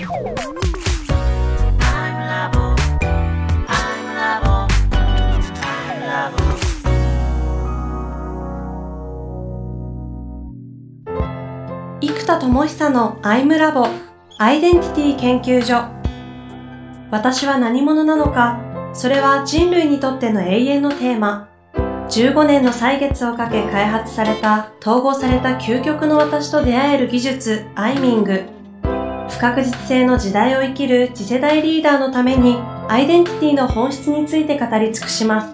生田智久のアイムラボアイデンティティ研究所。私は何者なのか、それは人類にとっての永遠のテーマ。15年の歳月をかけ開発された統合された究極の私と出会える技術アイミング。不確実性の時代を生きる次世代リーダーのためにアイデンティティの本質について語り尽くします。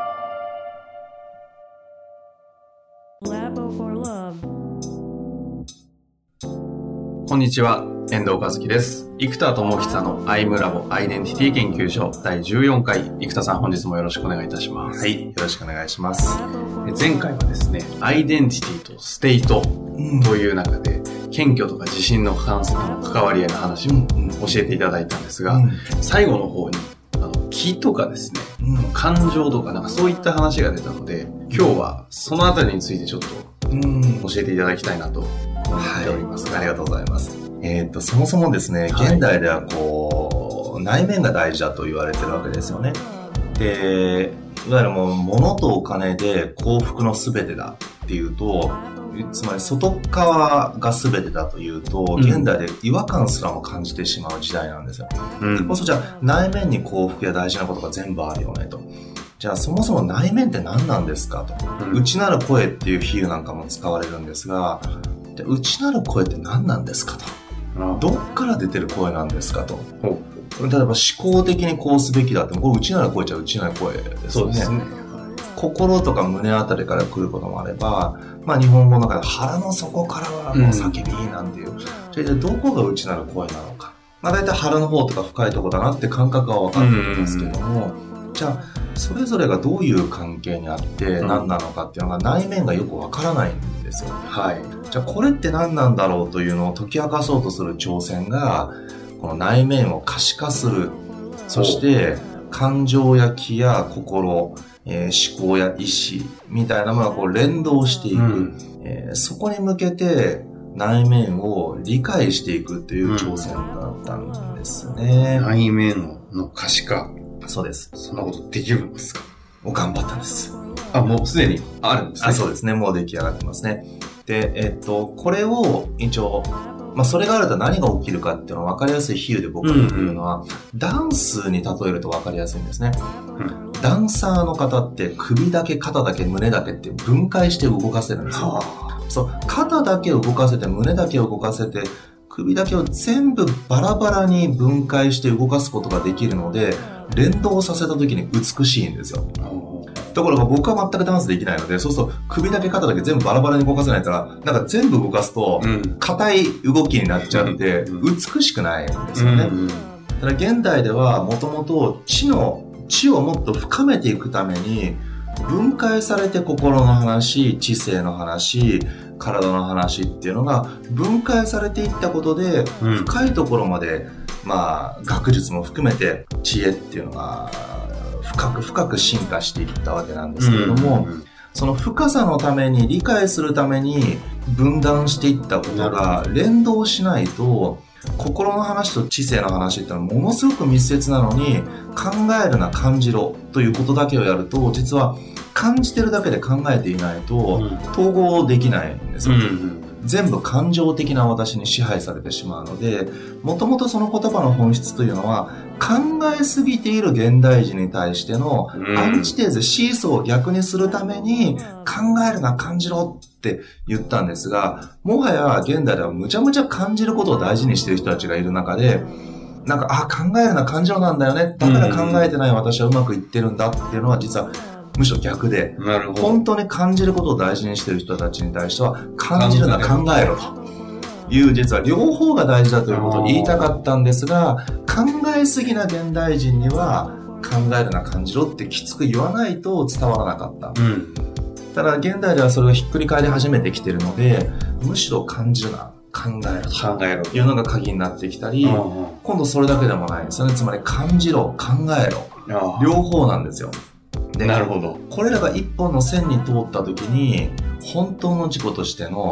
こんにちは、遠藤和樹です。生田智久のアイムラボアイデンティティ研究所第14回。生田さん、本日もよろしくお願いいたします。 はい、よろしくお願いします。 前回はですね、アイデンティティとステートという中で、謙虚とか自信の関わり合いの話も教えていただいたんですが、最後の方に気とかですね、感情とかなんかそういった話が出たので、今日はそのあたりについてちょっと教えていただきたいなと思っております。 ありがとうございます。そもそもですね、現代では内面が大事だと言われてるわけですよね。で、いわゆるもう物とお金で幸福のすべてだっていうと、つまり外側が全てだというと、現代で違和感すらも感じてしまう時代なんですよ。そうするとじゃあ内面に幸福や大事なことが全部あるよねと。じゃあそもそも内面って何なんですかと。内なる声っていう比喩なんかも使われるんですが、じゃあ内なる声って何なんですかと。どっから出てる声なんですかと。例えば思考的にこうすべきだって、これ内なる声じゃ内なる声ですね。 そうですね。 心とか胸あたりから来ることもあれば、日本語の中で腹の底からはもう叫びなんていう。じゃあどこが内なる声なのか。大体腹の方とか深いところだなって感覚は分かってるんですけども、じゃあそれぞれがどういう関係にあって何なのかっていうのが内面がよく分からないんですよ。じゃあこれって何なんだろうというのを解き明かそうとする挑戦が、この内面を可視化する。そして感情や気や心、思考や意志みたいなものが連動していく、そこに向けて内面を理解していくという挑戦だったんですね。 内面の可視化。 そうです。 そんなことできるんですか？ 頑張ったんです。 もうすでにあるんですね。 そうですね。もう出来上がってますね。で、これを一応、それがあると何が起きるかっていうのを分かりやすい比喩で僕が言うのは、ダンスに例えると分かりやすいんですね。ダンサーの方って首だけ肩だけ胸だけって分解して動かせるんですよ。そう、肩だけ動かせて胸だけを動かせて首だけを全部バラバラに分解して動かすことができるので、連動させた時に美しいんですよ。ところが僕は全くダンスできないので、そうすると首だけ肩だけ全部バラバラに動かせないから、なんか全部動かすと硬い動きになっちゃって美しくないんですよね。ただ現代ではもともと知をもっと深めていくために分解されて心の話、知性の話、体の話っていうのが分解されていったことで、深いところまで学術も含めて知恵っていうのが深く進化していったわけなんですけれども、その深さのために理解するために分断していったことが連動しないと、心の話と知性の話ってのはものすごく密接なのに、考えるな感じろということだけをやると、実は感じてるだけで考えていないと統合できないんですよ。全部感情的な私に支配されてしまうので、もともとその言葉の本質というのは、考えすぎている現代人に対してのアンチテーゼ、シーソーを逆にするために、考えるな感じろって言ったんですが、もはや現代ではむちゃむちゃ感じることを大事にしている人たちがいる中で、なんか考えるな感情なんだよね、だから考えてない私はうまくいってるんだっていうのは実はむしろ逆で、本当に感じることを大事にしている人たちに対しては、感じるな考えろという、実は両方が大事だということを言いたかったんですが、考えすぎな現代人には考えるな感じろってきつく言わないと伝わらなかった。ただ現代ではそれがひっくり返り始めてきているので、むしろ感じるな考えろというのが鍵になってきたり、今度それだけでもないんですよね。つまり感じろ考えろ、両方なんですよ。 なるほど。 これらが一本の線に通った時に、本当の自己としての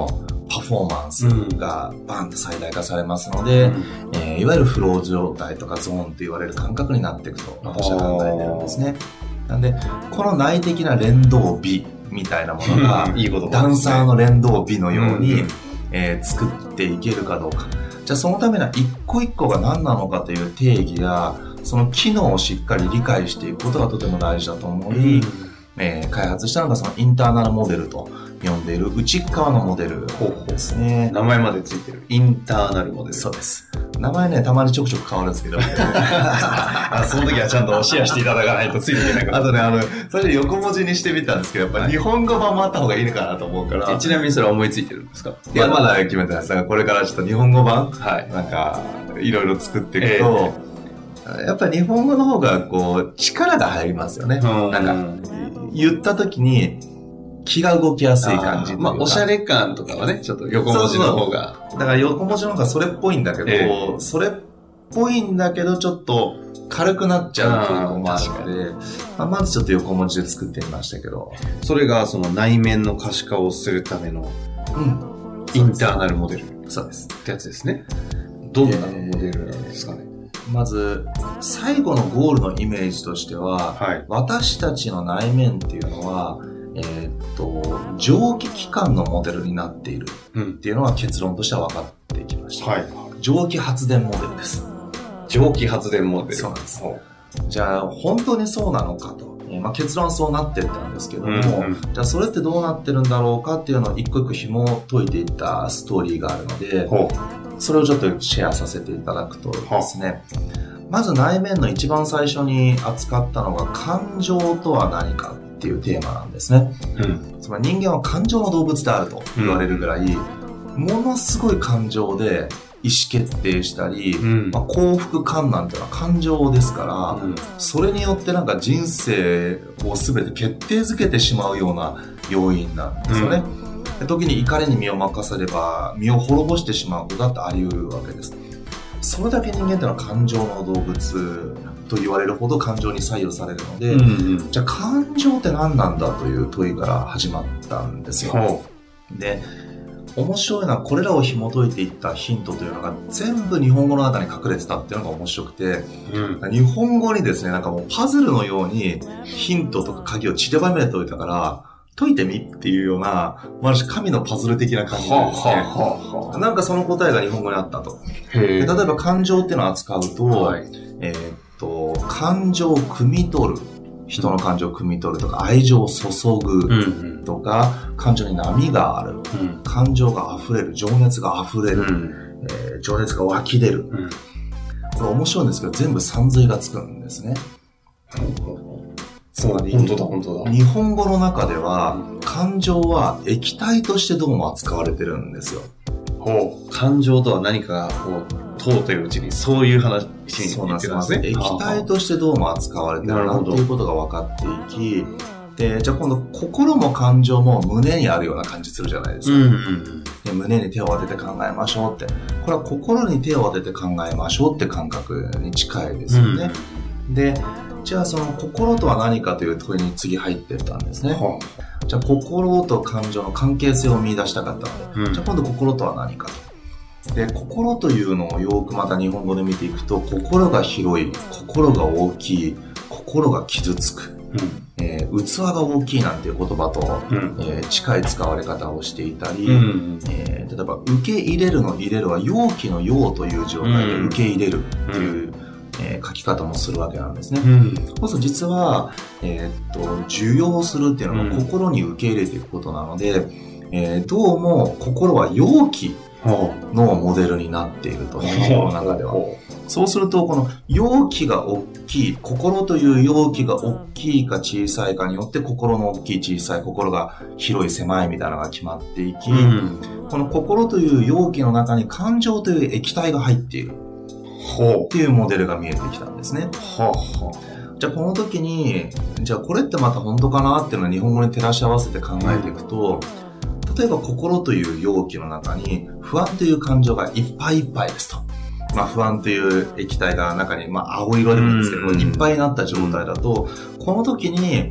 パフォーマンスがバンと最大化されますので、いわゆるフロー状態とかゾーンと言われる感覚になっていくと私は考えてるんですね。なんで、この内的な連動美みたいなものが、 いいことですね、 ダンサーの連動美のように、作っていけるかどうか。じゃあそのためには一個一個が何なのかという定義や、その機能をしっかり理解していくことがとても大事だと思い、開発したのがそのインターナルモデルと呼んでいる内側のモデルですね。 名前までついてる。インターナルモデル。 そうです。名前ね、たまにちょくちょく変わるんですけど。 その時はちゃんとシェアしていただかないとついていけないから。 あとね、それで横文字にしてみたんですけど、やっぱり日本語版もあった方がいいのかなと思うから。 ちなみにそれは思いついてるんですか？ いや、まだ決めてないです。これからちょっと日本語版、なんか、いろいろ作っていくと、やっぱり日本語の方が、こう、力が入りますよね。なんか、言った時に、気が動きやすい感じ。 おしゃれ感とかはね、ちょっと横文字の方が。 だから横文字の方がそれっぽいんだけど、それっぽいんだけど、ちょっと軽くなっちゃうっていうのもあるので、まずちょっと横文字で作ってみましたけど。 それがその内面の可視化をするための、インターナルモデル。 そうです。 ってやつですね。どんなモデルなんですかね。 まず、最後のゴールのイメージとしては、私たちの内面っていうのは、蒸気機関のモデルになっているっていうのは結論としては分かってきました。蒸気発電モデルです。 蒸気発電モデル。 そうなんです。じゃあ、本当にそうなのかと。結論はそうなってったんですけども、じゃあそれってどうなってるんだろうかっていうのを一個一個紐を解いていったストーリーがあるので、それをちょっとシェアさせていただくとですね、まず内面の一番最初に扱ったのが感情とは何かっていうテーマなんですね。つまり人間は感情の動物であると言われるぐらい、ものすごい感情で意思決定したり、幸福感なんていうのは感情ですから、それによってなんか人生を全て決定づけてしまうような要因なんですよね。時に怒りに身を任せれば身を滅ぼしてしまうことだってあり得るわけです。それだけ人間というのは感情の動物と言われるほど感情に左右されるので、じゃあ感情って何なんだという問いから始まったんですよ。で、面白いのはこれらを紐解いていったヒントというのが全部日本語の中に隠れてたっていうのが面白くて、日本語にですね、なんかもうパズルのようにヒントとか鍵を散りばめておいたから解いてみっていうような、ある種神のパズル的な感じでですね、なんかその答えが日本語にあったと。で例えば感情っていうのを扱うと、感情を汲み取る、人の感情を汲み取るとか、愛情を注ぐとか、感情に波がある、感情が溢れる、情熱が溢れる、情熱が湧き出る、これ面白いんですけど全部散髄がつくんですね。つまり本当だ。 日本語の中では感情は液体としてどうも扱われてるんですよ。 感情とは何かが通っているうちにそういう話になってるんですね。 液体としてどうも扱われてるなっていうことが分かっていき、でじゃあ今度心も感情も胸にあるような感じするじゃないですか。で胸に手を当てて考えましょうって、これは心に手を当てて考えましょうって感覚に近いですよね。でじゃあその心とは何かという問いに次入っていったんですね。じゃあ心と感情の関係性を見出したかったので、じゃあ今度心とは何かと。で心というのをよくまた日本語で見ていくと、心が広い、心が大きい、心が傷つく、器が大きいなんていう言葉と、近い使われ方をしていたり、例えば受け入れるの入れるは容器の容という状態で受け入れるという、書き方もするわけなんですね。そうすると実は、受容するっていうのが心に受け入れていくことなので、どうも心は容器のモデルになっていると、日本語の中では。そうするとこの容器が大きい、心という容器が大きいか小さいかによって心の大きい小さい、心が広い狭いみたいなのが決まっていき、この心という容器の中に感情という液体が入っているっていうモデルが見えてきたんですね。じゃあこの時に、じゃあこれってまた本当かなっていうのを日本語に照らし合わせて考えていくと、例えば心という容器の中に不安という感情がいっぱいいっぱいですと。不安という液体が中に、青色でもいいんですけど、いっぱいになった状態だと、この時に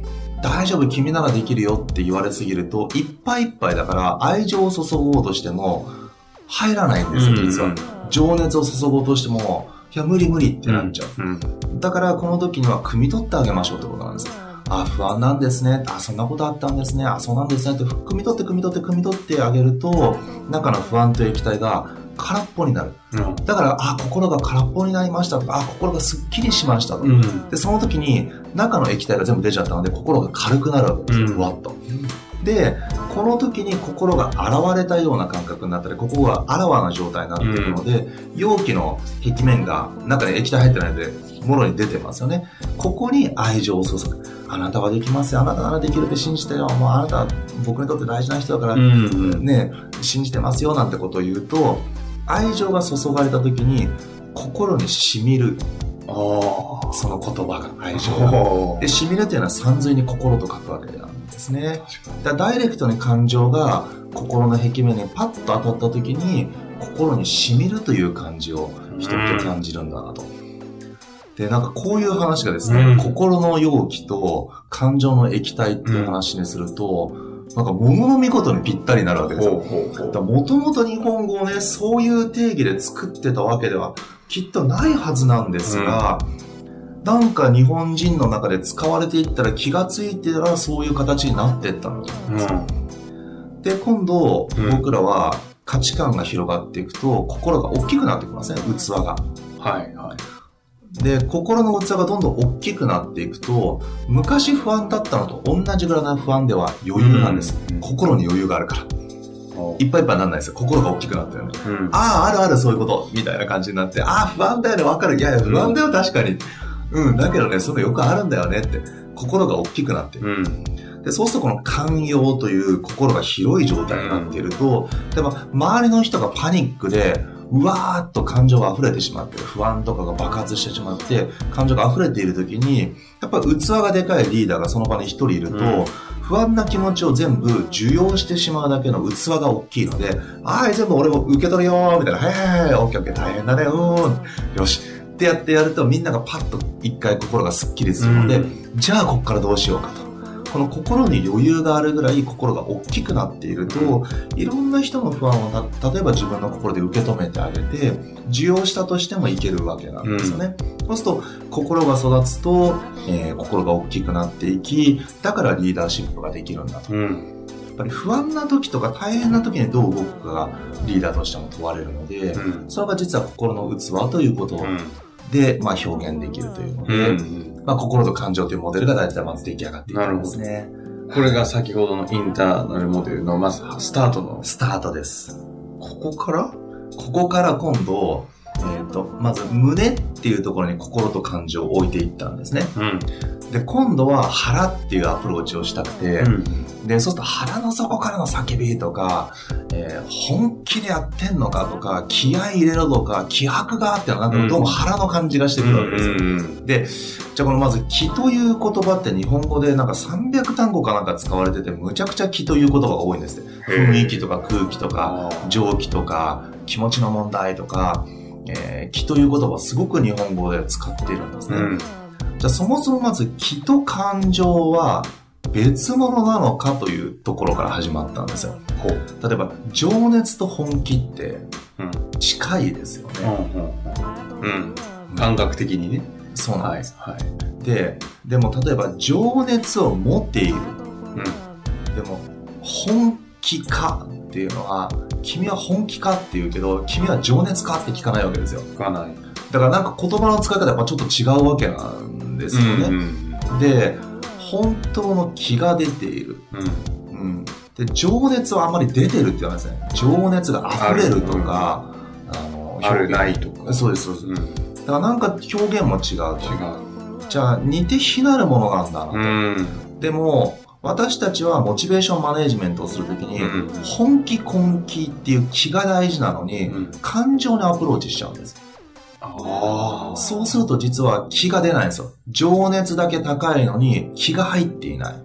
大丈夫君ならできるよって言われすぎるといっぱいいっぱいだから愛情を注ごうとしても入らないんですよ実は、情熱を注ごうとしてもいや無理無理ってなっちゃう、だからこの時には汲み取ってあげましょうってことなんですよ。不安なんですね、そんなことあったんですね、そうなんですねって汲み取ってあげると中の不安と液体が空っぽになる、だから心が空っぽになりましたとか心がすっきりしましたと、でその時に中の液体が全部出ちゃったので心が軽くなるわけですよ、ふわっと。でこの時に心が洗われたような感覚になったりここがあらわな状態になっているので、容器の壁面が中に液体入ってないのでもろに出てますよね。ここに愛情を注ぐ。あなたはできますよ、あなたならできるって信じてよ、もうあなたは僕にとって大事な人だから、ね、信じてますよなんてことを言うと愛情が注がれた時に心に染みる、その言葉が愛情がで染みるっていうのはさんずいに心と書くわけなんですね。だからダイレクトに感情が心の壁面にパッと当たった時に心に染みるという感じを人って感じるんだなと。でなんかこういう話がですね、心の容器と感情の液体っていう話にすると、なんか物の見事にぴったりになるわけですよ。もともと日本語をねそういう定義で作ってたわけではきっとないはずなんですが、なんか日本人の中で使われていったら気がついてたらそういう形になっていったんだと思うんですよ。で今度僕らは価値観が広がっていくと心が大きくなってきますね、器が。で心の器がどんどん大きくなっていくと昔不安だったのと同じぐらいの不安では余裕なんです、心に余裕があるからいっぱいいっぱいにならないですよ。心が大きくなってるので、あるあるそういうことみたいな感じになって不安だよね、わかる、いや不安だよ確かに、だけどねそういうのよくあるんだよねって心が大きくなってる、でそうするとこの寛容という心が広い状態になっていると、でも周りの人がパニックでうわーっと感情が溢れてしまってる、不安とかが爆発してしまって感情が溢れている時にやっぱり器がでかいリーダーがその場に一人いると、不安な気持ちを全部受容してしまうだけの器が大きいので、全部俺も受け取るよーみたいな、オッケーオッケー大変だね、よしってやってやるとみんながパッと一回心がスッキリするので、じゃあこっからどうしようかと。この心に余裕があるぐらい心が大きくなっていると、いろんな人の不安を例えば自分の心で受け止めてあげて受容したとしてもいけるわけなんですよね、そうすると心が育つと、心が大きくなっていき、だからリーダーシップができるんだと、やっぱり不安な時とか大変な時にどう動くかがリーダーとしても問われるので、それが実は心の器ということで、表現できるというので、心と感情というモデルが大体まず出来上がっていくんですね。 これが先ほどのインターナルモデルのまずスタートです。 ここから今度、まず胸っていうところに心と感情を置いていったんですね、で今度は腹っていうアプローチをしたくて、でそうすると腹の底からの叫びとか、本気でやってんのかとか気合い入れろとか気迫があってなんかどうも腹の感じがしてくるわけですよ、でじゃあこのまず気という言葉って日本語でなんか300単語かなんか使われててむちゃくちゃ気という言葉が多いんですね。雰囲気とか空気とか蒸気とか気持ちの問題とか、気という言葉をすごく日本語で使っているんですね、じゃあそもそもまず気と感情は別物なのかというところから始まったんですよ。例えば情熱と本気って近いですよね、 感覚的にね。 そうなんです、でも例えば情熱を持っている、でも本気かっていうのは君は本気かって言うけど君は情熱かって聞かないわけですよ。 聞かない。 だからなんか言葉の使い方やっぱちょっと違うわけなんですよね、で本当の気が出ている、で情熱はあんまり出てるって言わないですね。情熱が溢れるとかあるないとか。 そうです、だからなんか表現も違う。じゃあ似て非なるものなんだなと、でも私たちはモチベーションマネジメントをするときに、本気根気っていう気が大事なのに、感情にアプローチしちゃうんです。そうすると実は気が出ないんですよ。情熱だけ高いのに気が入っていない。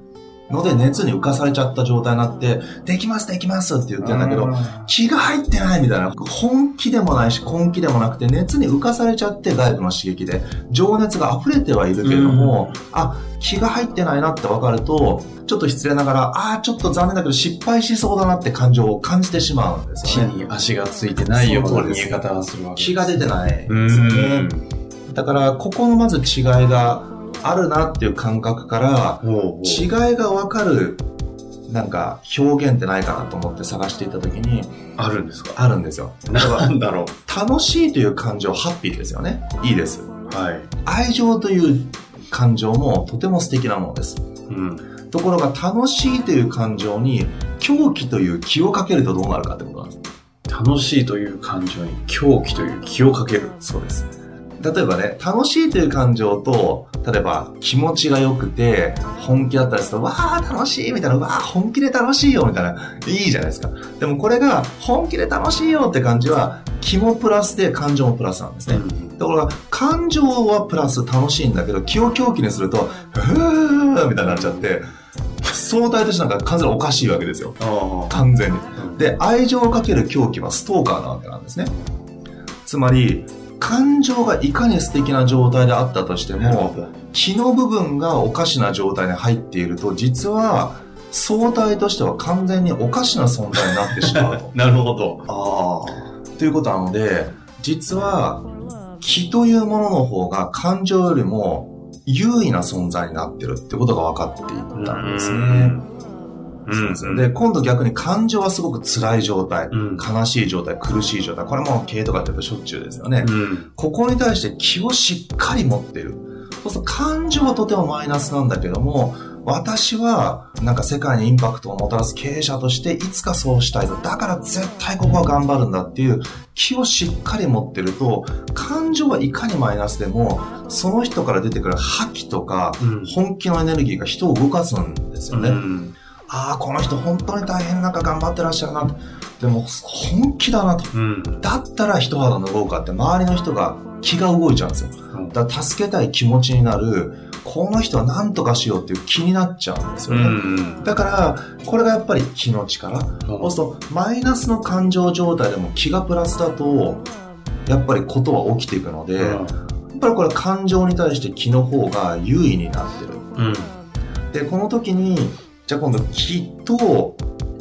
ので熱に浮かされちゃった状態になって、できますできますって言ってるんだけど、気が入ってないみたいな、本気でもないし根気でもなくて、熱に浮かされちゃって外部の刺激で情熱が溢れてはいるけれども、気が入ってないなって分かると、ちょっと失礼ながら、ちょっと残念だけど失敗しそうだなって感情を感じてしまうんですよね。 地に足がついてないような見え方をするわけです。 気が出てないですよね。だからここのまず違いがあるなっていう感覚から違いが分かるなんか表現ってないかなと思って探していったときに、 あるんですか？ あるんですよ。 なんだろう。 楽しいという感情、ハッピーですよね。いいです。 はい。 愛情という感情もとても素敵なものです。ところが楽しいという感情に狂気という気をかけるとどうなるかってことなんです。 楽しいという感情に狂気という気をかける。 そうです。例えばね、楽しいという感情と、例えば気持ちが良くて本気だったりすると、わー楽しいみたいな、わー本気で楽しいよみたいな、いいじゃないですか。でもこれが本気で楽しいよって感じは気もプラスで感情もプラスなんですね。だから感情はプラス楽しいんだけど、気を狂気にするとふーみたいになっちゃって、相対としてなんか完全におかしいわけですよ。完全に。で、愛情をかける狂気はストーカーなわけなんですね。つまり感情がいかに素敵な状態であったとしても、気の部分がおかしな状態に入っていると、実は相対としては完全におかしな存在になってしまうと。 なるほど。 ということなので、実は気というものの方が感情よりも優位な存在になってるってことが分かっていったんですね。で、今度逆に感情はすごく辛い状態、悲しい状態、苦しい状態、これも経営とかって言うとしょっちゅうですよね。ここに対して気をしっかり持っている。そうすると感情はとてもマイナスなんだけども、私はなんか世界にインパクトをもたらす経営者としていつかそうしたいと。だから絶対ここは頑張るんだっていう気をしっかり持ってると、感情はいかにマイナスでも、その人から出てくる覇気とか、本気のエネルギーが人を動かすんですよね。この人本当に大変なんか頑張ってらっしゃるなと。でも本気だなと。だったら一肌脱ごうかって周りの人が気が動いちゃうんですよ。だから助けたい気持ちになる、この人は何とかしようっていう気になっちゃうんですよね。だからこれがやっぱり気の力。そうするとマイナスの感情状態でも気がプラスだとやっぱりことは起きていくので、やっぱりこれ感情に対して気の方が優位になってる。でこの時にじゃあ今度気と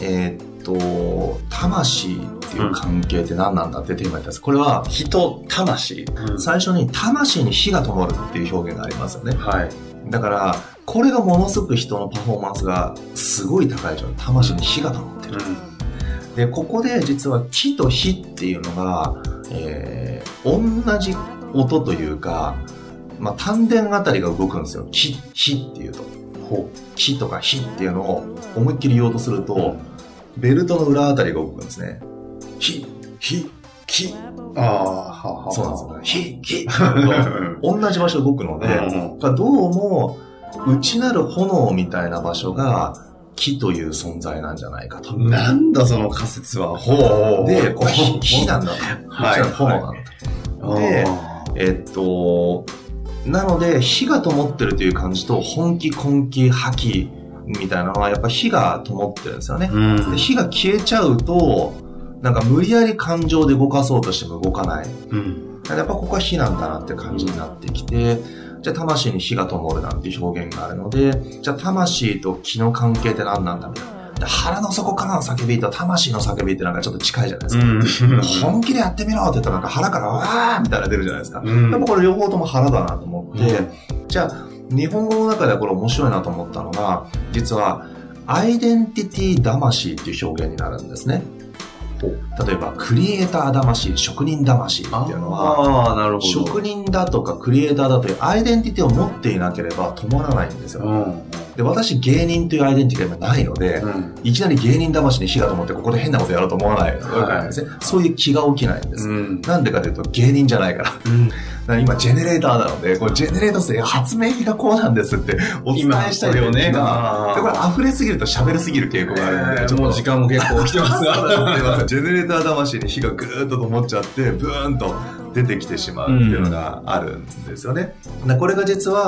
魂っていう関係って何なんだってテーマに対して、これは火と魂、 最初に魂に火が灯るっていう表現がありますよね。だからこれがものすごく人のパフォーマンスがすごい高い状態。魂に火が灯ってる。でここで実は気と火っていうのが、同じ音というか、丹田あたりが動くんですよ。火っていうと、気とか火っていうのを思いっきり言おうとすると、ベルトの裏あたりが動くんですね。火、気。そうなんですよ。火。同じ場所動くので、どうも内なる炎みたいな場所が気という存在なんじゃないかと。 なんだその仮説は。 で、これ火なんだと。炎なんだと。で、なので火が灯ってるという感じと、本気、根気、覇気みたいなのはやっぱ火が灯ってるんですよね。で火が消えちゃうと、なんか無理やり感情で動かそうとしても動かない。やっぱここは火なんだなって感じになってきて、じゃあ魂に火が灯るなんていう表現があるので、じゃあ魂と気の関係って何なんだみたいな。腹の底からの叫びと魂の叫びってなんかちょっと近いじゃないですか。本気でやってみろって言ったらなんか腹からわーみたいな出るじゃないですか。でもこれ両方とも腹だなと思って、じゃあ日本語の中ではこれ面白いなと思ったのが、実はアイデンティティ魂っていう表現になるんですね。例えばクリエイター魂、職人魂っていうのは、職人だとかクリエイターだというアイデンティティを持っていなければ止まらないんですよ。で私芸人というアイデンティティが今ないので、いきなり芸人魂に火が灯ってここで変なことやろうと思わないわけですね。そういう気が起きないんです。なんでかというと芸人じゃないから。今ジェネレーターなので、これジェネレーターって発明品がこうなんですってお伝えしたいよね。これ溢れすぎると喋りすぎる傾向があるので、 もう時間も結構来てますがすいません。ジェネレーター魂に火がぐーっと灯っちゃってブーンと出てきてしまうっていうのがあるんですよね。これが実は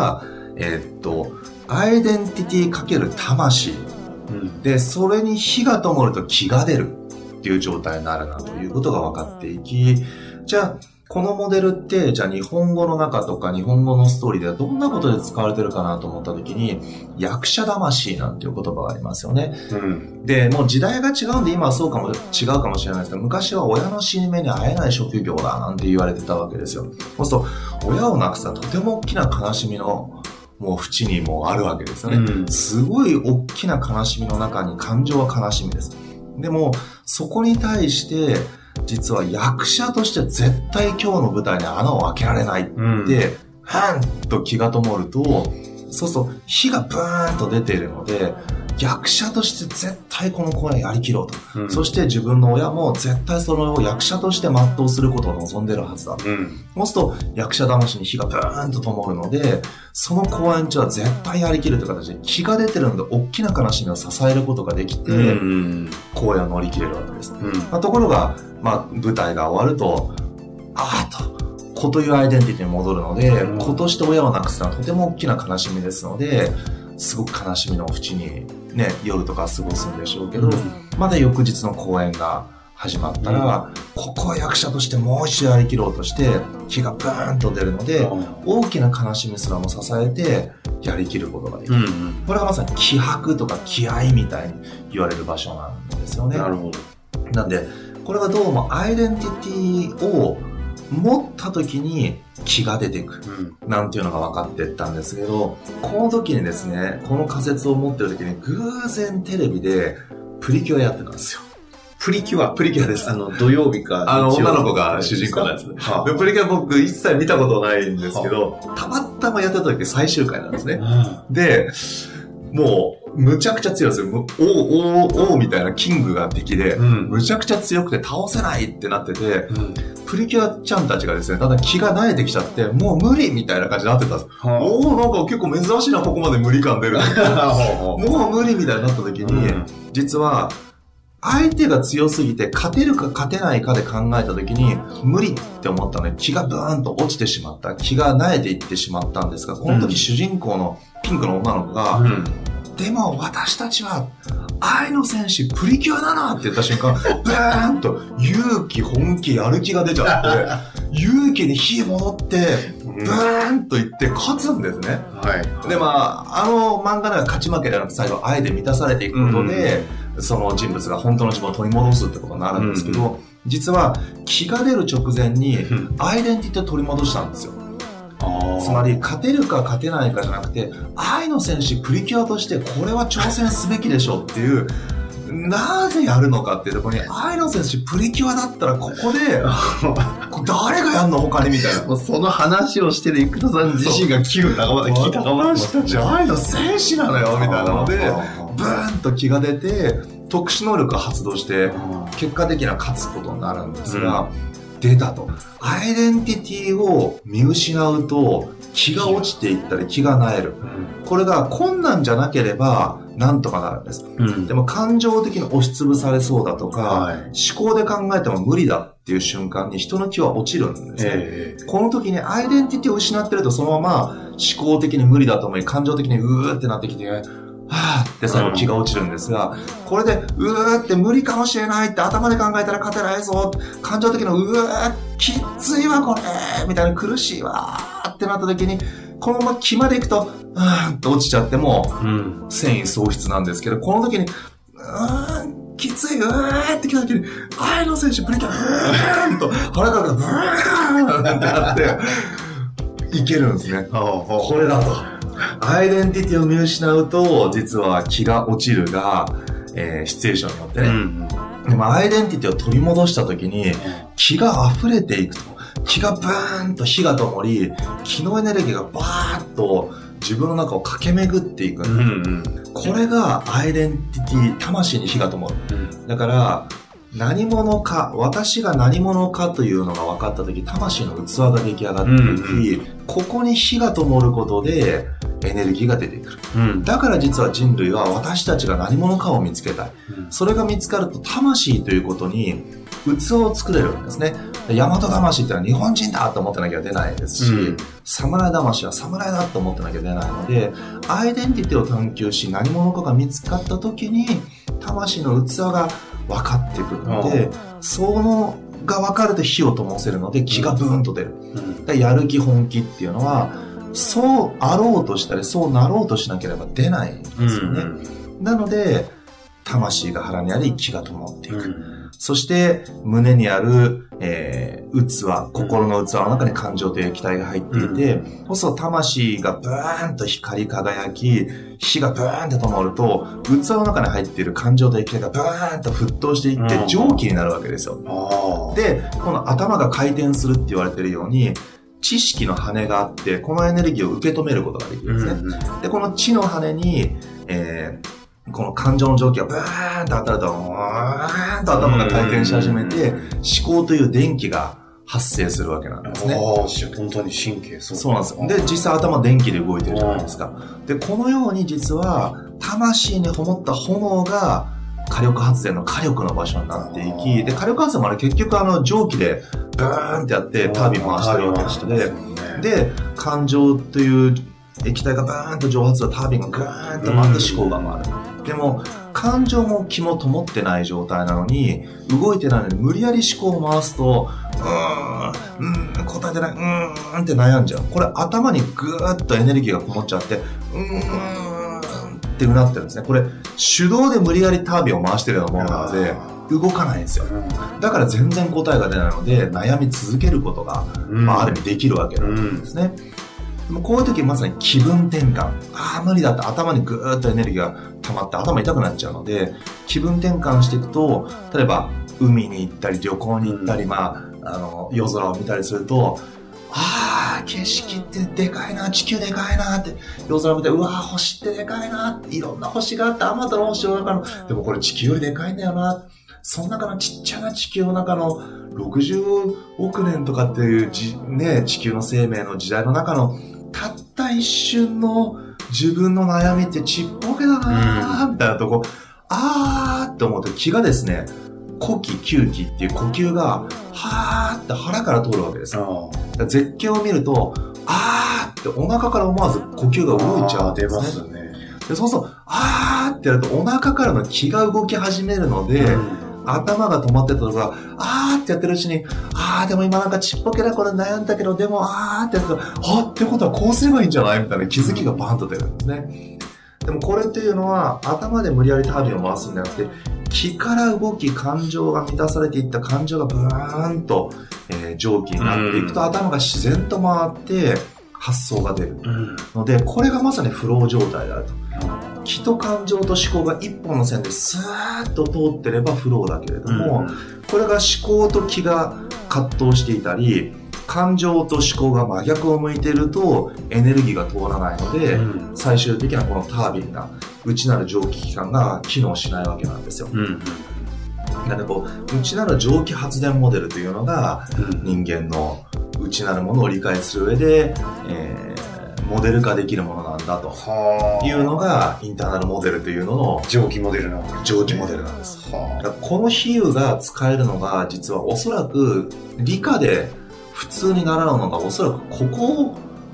アイデンティティかける魂、でそれに火が灯ると気が出るっていう状態になるなということが分かっていき、じゃあこのモデルってじゃあ日本語の中とか日本語のストーリーではどんなことで使われてるかなと思った時に、役者魂なんていう言葉がありますよね、でもう時代が違うんで今は違うかもしれないですけど、昔は親の死に目に会えない職業だなんて言われてたわけですよ。そうすると親を亡くすのはとても大きな悲しみのもう淵にもあるわけですよね、すごい大きな悲しみの中に感情は悲しみです。でもそこに対して実は役者として絶対今日の舞台に穴を開けられないって、ハンと気が灯ると、そうすると火がブーンと出ているので、役者として絶対この公演やりきろうと、そして自分の親も絶対それを役者として全うすることを望んでるはずだ、そうすると役者魂に火がブーンと灯るので、その公演中は絶対やりきるという形で気が出てるので大きな悲しみを支えることができて、公演を乗り切れるわけです、ところが、舞台が終わると子というアイデンティティに戻るので、子として親を亡くすのはとても大きな悲しみですので、すごく悲しみの淵にね、夜とか過ごすんでしょうけど、まだ翌日の公演が始まったら、ここは役者としてもう一度やりきろうとして気がブーンと出るので、大きな悲しみすらも支えてやりきることができる、これがまさに気迫とか気合みたいに言われる場所なんですよね。 なるほど。 なんでこれはどうもアイデンティティを持った時に気が出てくるなんていうのが分かっていったんですけど、この時にですね、この仮説を持ってる時に偶然テレビでプリキュアやってたんですよ。プリキュアです。 土曜日か。 女の子が主人公のやつで。でプリキュア僕一切見たことないんですけど、たまたまやってた時最終回なんですね。で、もう、むちゃくちゃ強いですよ。王みたいなキングが敵で、むちゃくちゃ強くて倒せないってなってて、プリキュアちゃんたちがですね、だんだん気が慣れてきちゃって、もう無理みたいな感じになってたんです。なんか結構珍しいな、ここまで無理感出る。もう無理みたいになった時に、実は、相手が強すぎて勝てるか勝てないかで考えた時に無理って思ったので気がブーンと落ちてしまった。気が慣れていってしまったんですが、この時主人公のピンクの女の子が、でも私たちは愛の戦士プリキュアだなって言った瞬間、ブーンと勇気、本気、やる気が出ちゃって、勇気に火戻って、ブーンと言って勝つんですね。で、漫画では勝ち負けではなく最後愛で満たされていくことで、その人物が本当の自分を取り戻すってことになるんですけど、実は気が出る直前にアイデンティティを取り戻したんですよ。つまり勝てるか勝てないかじゃなくて、愛の戦士プリキュアとしてこれは挑戦すべきでしょっていう、なぜやるのかっていうところに、愛の戦士プリキュアだったらここで誰がやんの他にみたいな、 その話をしてる生田さん自身が気が高まって私たち愛の戦士なのよみたいなので、ブーンと気が出て特殊能力が発動して結果的には勝つことになるんですが、出たと。アイデンティティを見失うと気が落ちていったり気が萎える。これが困難じゃなければなんとかなるんです。でも感情的に押しつぶされそうだとか、思考で考えても無理だっていう瞬間に人の気は落ちるんですね。この時にアイデンティティを失ってるとそのまま思考的に無理だと思い、感情的にうーってなってきて、はぁって最後気が落ちるんですが、これでうーって無理かもしれないって頭で考えたら勝てないぞ、感情的なうーきついわこれみたいな苦しいわーってなった時に、このまま気までいくとって落ちちゃっても繊維喪失なんですけど、この時にきついうーってきた時に愛の選手プリキュアうーんと腹からブーンってなっていけるんですね。これだと。アイデンティティを見失うと実は気が落ちるが、シチュエーションによってね、でもアイデンティティを取り戻した時に気が溢れていくと、気がブーンと火が灯り、気のエネルギーがバーッと自分の中を駆け巡っていく、これがアイデンティティ、魂に火が灯る、だから何者か、私が何者かというのが分かった時、魂の器が出来上がっていき、ここに火が灯ることでエネルギーが出てくる、だから実は人類は私たちが何者かを見つけたい、それが見つかると魂ということに器を作れるんですね。 大和魂ってのは日本人だと思ってなきゃ出ないですし、侍魂は侍だと思ってなきゃ出ないので、アイデンティティを探求し何者かが見つかった時に魂の器が分かってくるので、そのが分かると火を灯せるので気がブーンと出る。でやる気本気っていうのはそうあろうとしたりそうなろうとしなければ出ないんですよね。なので魂が腹にあり気が灯っていく。そして胸にある、器、心の器の中に感情という液体が入っていて、そうすると魂がブーンと光り輝き、火がブーンと灯ると、器の中に入っている感情と液体がブーンと沸騰していって蒸気になるわけですよ。で、この頭が回転するって言われているように、知識の羽があって、このエネルギーを受け止めることができるんですね。で、この知の羽に、この感情の蒸気がブーンと当たると、ーんと頭が回転し始めて、思考という電気が発生するわけなんですね。 本当に神経そうなんですよ。で、実際頭電気で動いてるじゃないですか。で、このように実は、魂に灯った炎が、火力発電の火力の場所になっていき、で、火力発電もあれ結局蒸気でブーンってやってタービン回してるわけで、で、感情という液体がバーンと蒸発するタービンがグーンと回って思考が回る。でも感情も気も灯ってない状態なのに動いてないのに無理やり思考を回すと答えてないって悩んじゃう。これ頭にグーッとエネルギーがこもっちゃってってうなってるんですね。これ手動で無理やりタービンを回してるようなものなので動かないんですよ。だから全然答えが出ないので悩み続けることが、ある意味できるわけなんですね。でもこういう時まさに気分転換。無理だって頭にぐーっとエネルギーが溜まって頭痛くなっちゃうので、気分転換していくと、例えば海に行ったり旅行に行ったり、夜空を見たりすると、景色ってでかいな、地球でかいなって、夜空を見て、星ってでかいな、いろんな星があって、あまたの星の中の、でもこれ地球よりでかいんだよな、その中のちっちゃな地球の中の60億年とかっていう地球の生命の時代の中のたった一瞬の自分の悩みってちっぽけだなーみたいなとこ、って思うと気がですね、呼気、吸気っていう呼吸がはーって腹から通るわけですよ。絶景を見るとってお腹から思わず呼吸が動いちゃうんですね。出ますね。でそうするとってやるとお腹からの気が動き始めるので、頭が止まってたところがってやってるうちにでも今なんかちっぽけなこれ悩んだけどでもってやってたらってことはこうすればいいんじゃないみたいな気づきがバーンと出るんですね。でもこれっていうのは頭で無理やりタービンを回すんじゃなくて気から動き感情が満たされていった感情がブーンと、蒸気になっていくと頭が自然と回って発想が出るので、これがまさにフロー状態であると。気と感情と思考が一本の線でスーッと通ってればフローだけれども、これが思考と気が葛藤していたり感情と思考が真逆を向いているとエネルギーが通らないので、最終的にはこのタービンが内なる蒸気機関が機能しないわけなんですよ。なので内なる蒸気発電モデルというのが、人間の内なるものを理解する上で、モデル化できるものなんだというのがインターナルモデルというのの蒸気モデルなんです。 蒸気モデルなんです。だからこの比喩が使えるのが実はおそらく理科で普通に習うのがおそらくここ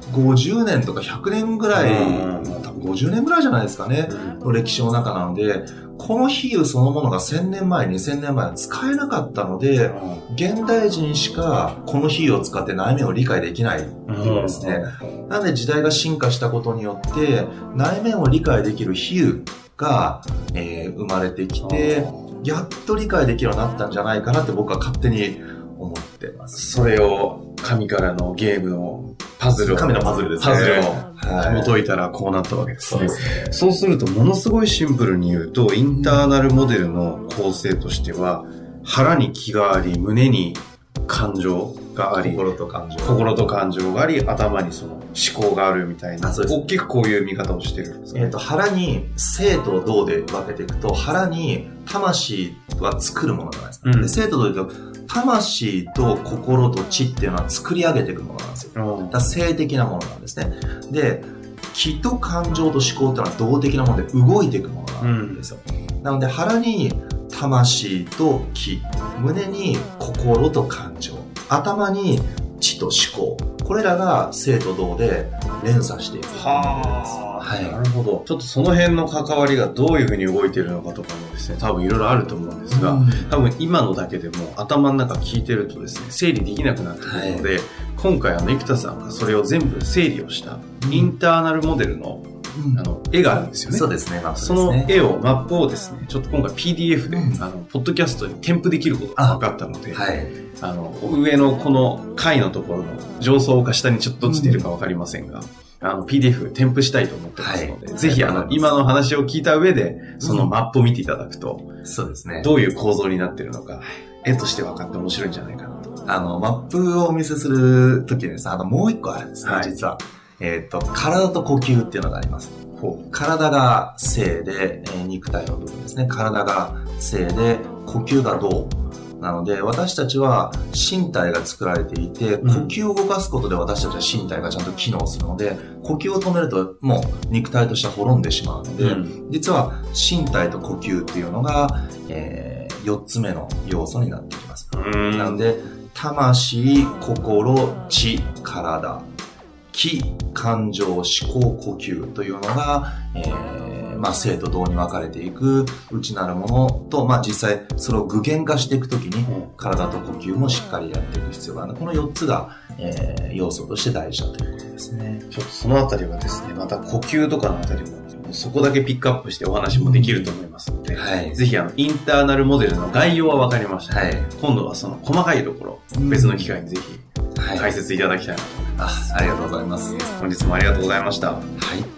50年とか100年ぐらい、多分50年ぐらいじゃないですかね、の歴史の中なので、この比喩そのものが1000年前、2000年前は使えなかったので、現代人しかこの比喩を使って内面を理解できないっていうですね。なので時代が進化したことによって、内面を理解できる比喩が、生まれてきて、やっと理解できるようになったんじゃないかなって僕は勝手に思ってます。 それを神からのゲームのパズルを神のパズルですね。 パズルを紐解いたらこうなったわけですね。そうするとものすごいシンプルに言うとインターナルモデルの構成としては腹に気があり胸に感情があり心と感情があり頭にその思考があるみたいな大きくこういう見方をしてるんですか。 腹に生と動で分けていくと腹に魂は作るものじゃないですか。で生と動で言うと魂と心と知っていうのは作り上げていくものなんですよ。だから性的なものなんですね。で気と感情と思考っていうのは動的なもので動いていくものなんですよ。なので腹に魂と気、胸に心と感情、 頭に知と思考、これらが静と動で連鎖していく。 はい。なるほど。ちょっとその辺の関わりがどういうふうに動いているのかとかもですね、多分いろいろあると思うんですが、多分今のだけでも頭の中聞いてるとですね、整理できなくなってくるので、今回生田さんがそれを全部整理をしたインターナルモデルの絵があるんですよね。 そうですね。 その絵を、マップをですね、ちょっと今回 PDF で、ポッドキャストに添付できることが分かったので、上のこの階のところの上層か下にちょっとどっち出るか分かりませんが、PDF 添付したいと思ってますので、ぜひ今の話を聞いた上で、そのマップを見ていただくと、 そうですね。 どういう構造になっているのか、絵として分かって面白いんじゃないかなと。 マップをお見せするときにですね、もう一個あるんですね、実は。体と呼吸っていうのがあります。体が静で、肉体の部分ですね。体が静で、呼吸が動。なので、私たちは身体が作られていて、呼吸を動かすことで私たちは身体がちゃんと機能するので、呼吸を止めるともう肉体としては滅んでしまうので、実は身体と呼吸っていうのが、4つ目の要素になってきます。なので、魂、心、知、体、気、感情、思考、呼吸というのが、静と動に分かれていく内なるものと、実際それを具現化していくときに、体と呼吸もしっかりやっていく必要がある。この4つが、要素として大事だということですね。 ちょっとそのあたりはですね、また呼吸とかのあたりも、そこだけピックアップしてお話もできると思いますので、ぜひインターナルモデルの概要は分かりました、今度はその細かいところ、別の機会にぜひ解説いただきたいなと思います。 ありがとうございます。 本日もありがとうございました。 はい。